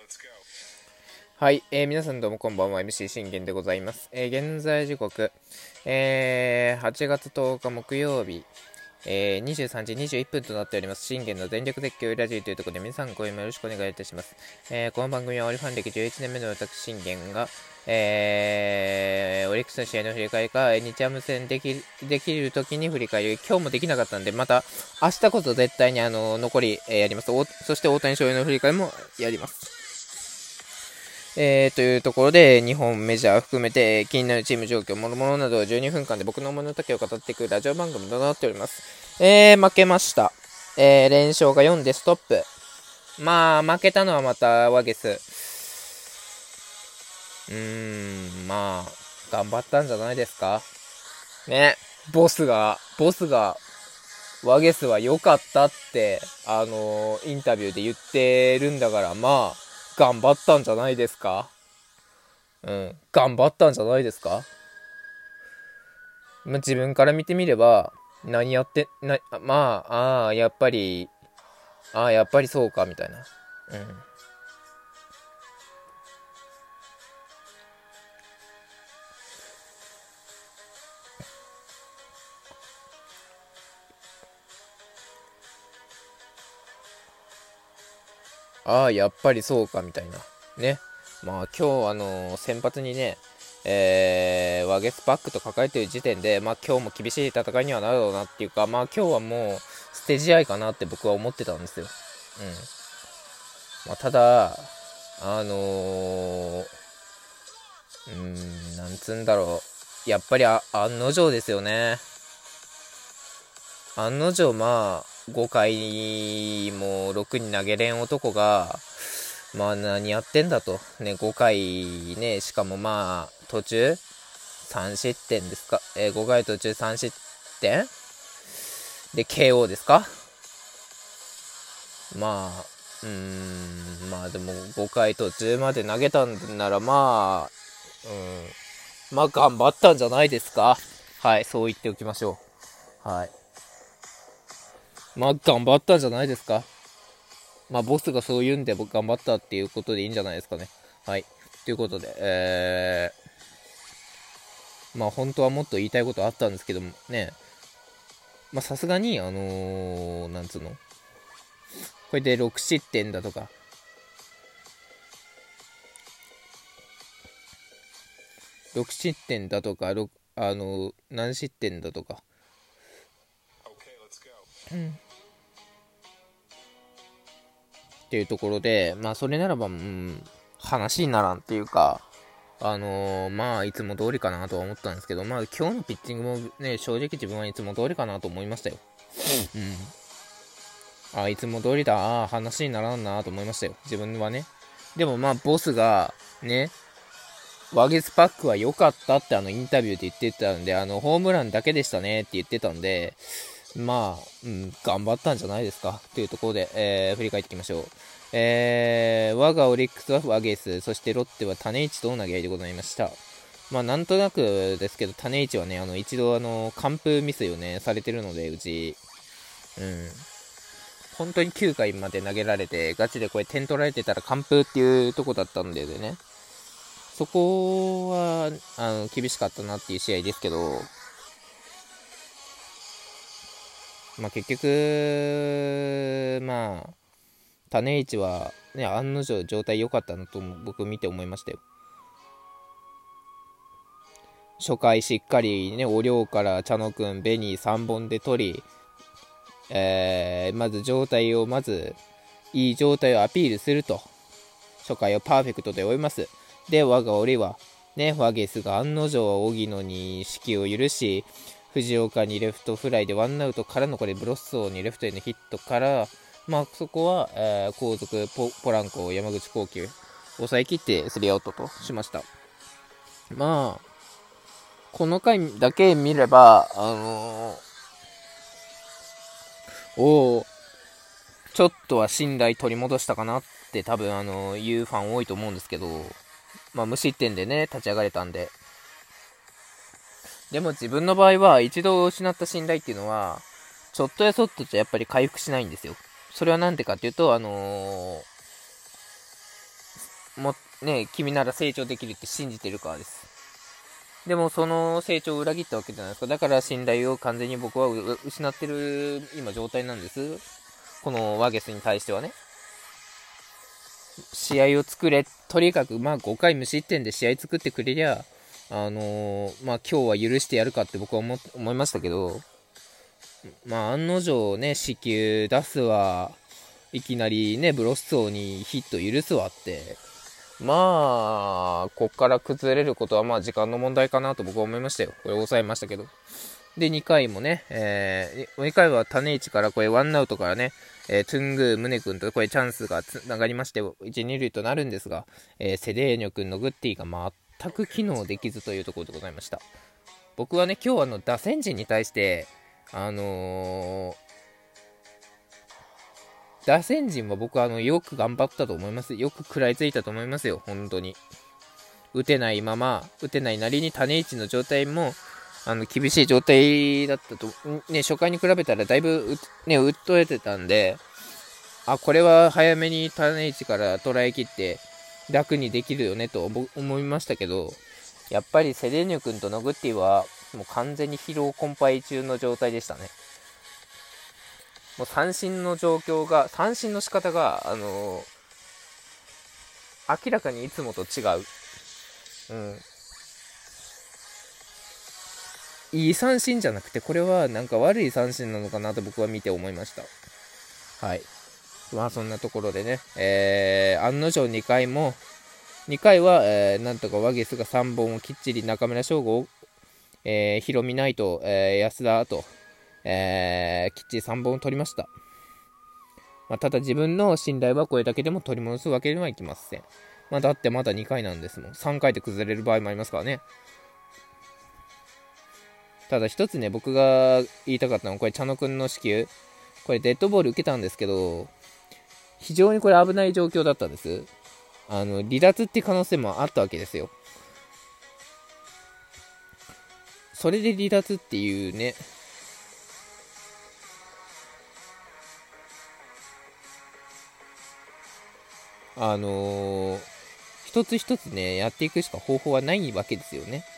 はい、皆さんどうもこんばんは。 MC 信玄でございます。現在時刻、8月10日木曜日、23時21分となっております。信玄の全力絶叫ラジオというところで皆さんご読みよろしくお願いいたします。この番組はオリファン歴11年目の私信玄が、オリックスの試合の振り返りか日ハム戦できる時に振り返り、今日もできなかったんで、また明日こそ絶対に残り、やります。そして大谷翔平の振り返りもやります。というところで、日本メジャー含めて気になるチーム状況、諸々などを12分間で僕の思いの丈を語っていくラジオ番組となっております。負けました。連勝が4でストップ。負けたのはまたワゲス。頑張ったんじゃないですか。ね、ボスが、ワゲスは良かったって、インタビューで言ってるんだから、頑張ったんじゃないですか。頑張ったんじゃないですか。自分から見てみれば、やっぱりそうか、みたいな。やっぱりそうか、みたいな。ね。今日先発にね、ワゲスパックと書かれている時点で、今日も厳しい戦いにはなるだろうなっていうか、今日はもう捨て試合かなって僕は思ってたんですよ。ただ、なんつうんだろう。やっぱり案の定ですよね。案の定5回も6に投げれん男が、何やってんだと。ね、5回ね、しかも途中3失点ですか。5回途中3失点で KO ですか。でも5回途中まで投げたんなら頑張ったんじゃないですか。はい、そう言っておきましょう。はい。頑張ったんじゃないですか。ボスがそう言うんで僕頑張ったっていうことでいいんじゃないですかね。はい。ということで、本当はもっと言いたいことあったんですけどもね、さすがになんつうの、これで6失点だとか、6失点だとか、何失点だとか、っていうところで、それならば、話にならんっていうか、いつも通りかなとは思ったんですけど、今日のピッチングもね、正直自分はいつも通りかなと思いましたよ。いつも通りだ、話にならんなと思いましたよ、自分はね。でもボスがね、ワゲスパックは良かったってインタビューで言ってたんで、ホームランだけでしたねって言ってたんで、頑張ったんじゃないですかというところで、振り返っていきましょう。我がオリックスはワゲス、そしてロッテは種市との投げ合いでございました。なんとなくですけど、種市はね、一度完封ミスをね、されてるので、うち、本当に9回まで投げられて、ガチでこれ点取られてたら完封っていうとこだったんでね、そこは、厳しかったなっていう試合ですけど、結局、種市は、ね、案の定状態良かったなと僕見て思いましたよ。初回しっかりね、お寮から茶野くん、紅3本で取り、まずいい状態をアピールすると。初回をパーフェクトで終えます。で、我が俺は、ね、ワゲスが案の定、荻野に指揮を許し、藤岡にレフトフライでワンアウトからのこれブロッソーにレフトへのヒットから、そこは、後続ポランコ、山口航球、抑え切ってスリーアウトとしました。この回だけ見れば、ちょっとは信頼取り戻したかなって多分言うファン多いと思うんですけど、無失点でね、立ち上がれたんで。でも自分の場合は一度失った信頼っていうのは、ちょっとやそっとじゃやっぱり回復しないんですよ。それはなんでかっていうと、 君なら成長できるって信じてるからです。でもその成長を裏切ったわけじゃないですか。だから信頼を完全に僕は失ってる今状態なんです。このワゲスに対してはね。試合を作れ。とにかく5回無失点で試合作ってくれりゃ、今日は許してやるかって僕は思いましたけど、案の定ね、四球出すわ、いきなりね、ブロッソーにヒット許すわって、こっから崩れることは時間の問題かなと僕は思いましたよ。これ抑えましたけど。で、2回もね、2回は種市からこれワンアウトからね、トゥングー、ムネ君とこれチャンスがつながりまして、1、2塁となるんですが、セデーニョ君のグッティが全く機能できずというところでございました。僕はね、今日打線陣に対して、打線陣は僕はよく頑張ったと思います。よく食らいついたと思いますよ、本当に。打てないなりに種市の状態も、厳しい状態だったと、ね、初回に比べたらだいぶ、打っとれてたんで、これは早めに種市から捉えきって楽にできるよねと思いましたけど、やっぱりセデーニョ君とノグッティはもう完全に疲労困憊中の状態でしたね。もう三振の仕方が、明らかにいつもと違う。いい三振じゃなくて、これはなんか悪い三振なのかなと僕は見て思いました。はい。そんなところでね、案の定2回は、なんとかワゲスが3本をきっちり中村奨吾を、ヒロミナイト、安田と、きっちり3本を取りました。ただ自分の信頼はこれだけでも取り戻すわけにはいきません。だってまだ2回なんですもん。3回で崩れる場合もありますからね。ただ一つね、僕が言いたかったのは、これ茶野くんの四球、これデッドボール受けたんですけど、非常にこれ危ない状況だったんです。離脱って可能性もあったわけですよ。それで離脱っていうね、一つ一つね、やっていくしか方法はないわけですよね。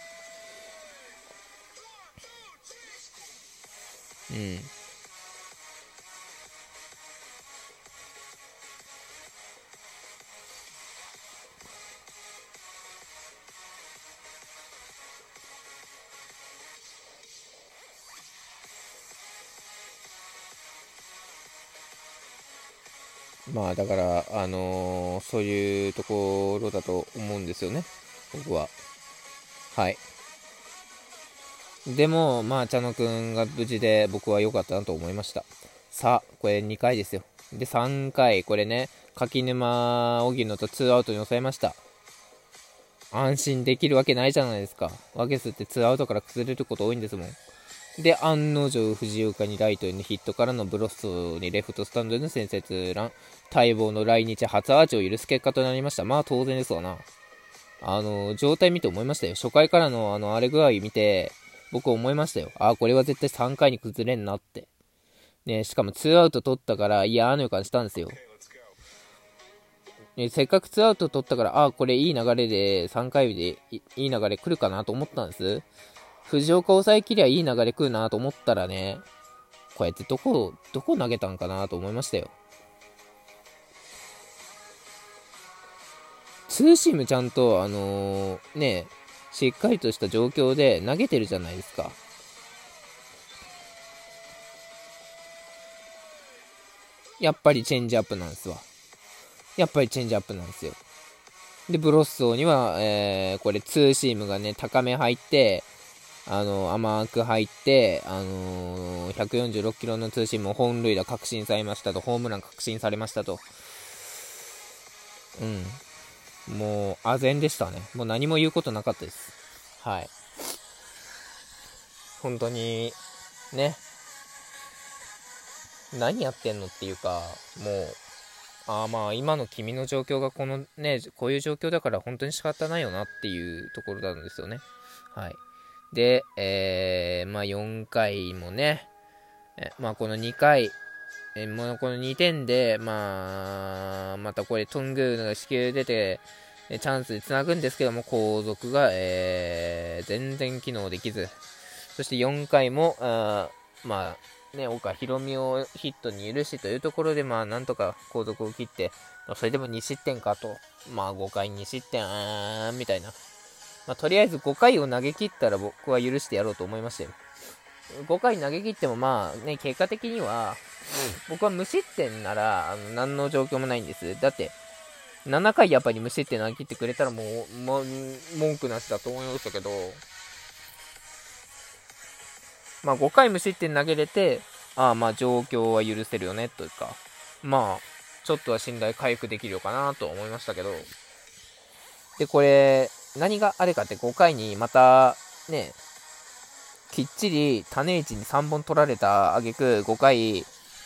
だから、そういうところだと思うんですよね、僕は。はい。でも、茶野くんが無事で僕は良かったなと思いました。さあ、これ2回ですよ。で、3回、これね、柿沼、荻野と2アウトに抑えました。安心できるわけないじゃないですか。ワゲスって2アウトから崩れること多いんですもん。で、案の定、藤岡にライトへのヒットからのブロッソにレフトスタンドへの先制ツーラン、待望の来日初アーチを許す結果となりました。当然ですわな。状態見て思いましたよ。初回からの荒れ具合見て、僕思いましたよ。これは絶対3回に崩れんなって。ね、しかも2アウト取ったから、嫌な予感したんですよ。せっかく2アウト取ったから、これいい流れで、3回でいい流れ来るかなと思ったんです。藤岡抑えきりゃいい流れ来るなと思ったらね、こうやってどこ投げたんかなと思いましたよ。ツーシームちゃんと、しっかりとした状況で投げてるじゃないですか。やっぱりチェンジアップなんですわ。やっぱりチェンジアップなんですよ。で、ブロッソーには、これツーシームがね、高め入って、甘く入って、146キロのツーシームを本塁打確信されましたと、ホームラン確信されましたと。もう、唖然でしたね。もう何も言うことなかったです。はい。本当に、ね。何やってんのっていうか、もう、今の君の状況がこのね、こういう状況だから本当に仕方ないよなっていうところなんですよね。はい。で、4回もね、この2回、もうこの2点で、またこれトングーの死球出て、 チャンスにつなぐんですけども、後続が、全然機能できず、そして4回も、まあね、岡大海をヒットに許しというところで、まあなんとか後続を切って、それでも2失点かと、まあ5回2失点、みたいな。まあとりあえず5回を投げ切ったら僕は許してやろうと思いましたよ。5回投げ切ってもまあね、結果的には、僕は無失点なら、何の状況もないんです。だって、7回やっぱり無失点投げ切ってくれたらもう、文句なしだと思いましたけど、まあ5回無失点投げれて、まあ状況は許せるよね、というか、まあ、ちょっとは信頼回復できるのかなと思いましたけど、で、これ、何があれかって5回にまた、ね、きっちり種市に3本取られた挙句5回、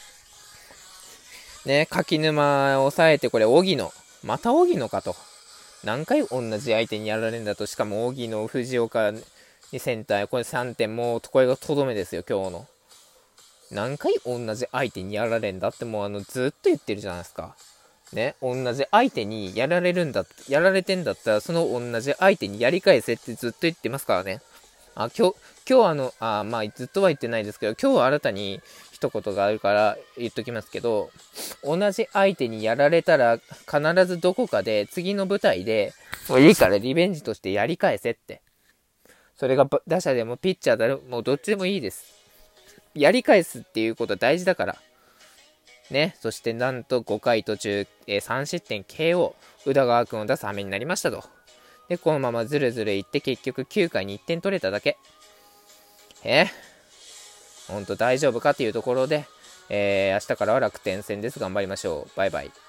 ね、柿沼を抑えて、これ、荻野。また荻野かと。何回同じ相手にやられるんだと。しかも、荻野、藤岡にセンター。これ3点、もう、これがとどめですよ、今日の。何回同じ相手にやられるんだって、もうずっと言ってるじゃないですか。ね、同じ相手にやられてんだったら、その同じ相手にやり返せってずっと言ってますからね。今日まあずっとは言ってないですけど、今日は新たに一言があるから言っときますけど、同じ相手にやられたら必ずどこかで次の舞台で、もういいからリベンジとしてやり返せって。それが打者でもピッチャーでもどっちでもいいです。やり返すっていうことは大事だから。ね、そしてなんと5回途中、3失点 KO、宇田川君を出す羽目になりましたと。で、このままずるずるいって結局9回に1点取れただけ。ほんと大丈夫かっていうところで、明日からは楽天戦です。頑張りましょう。バイバイ。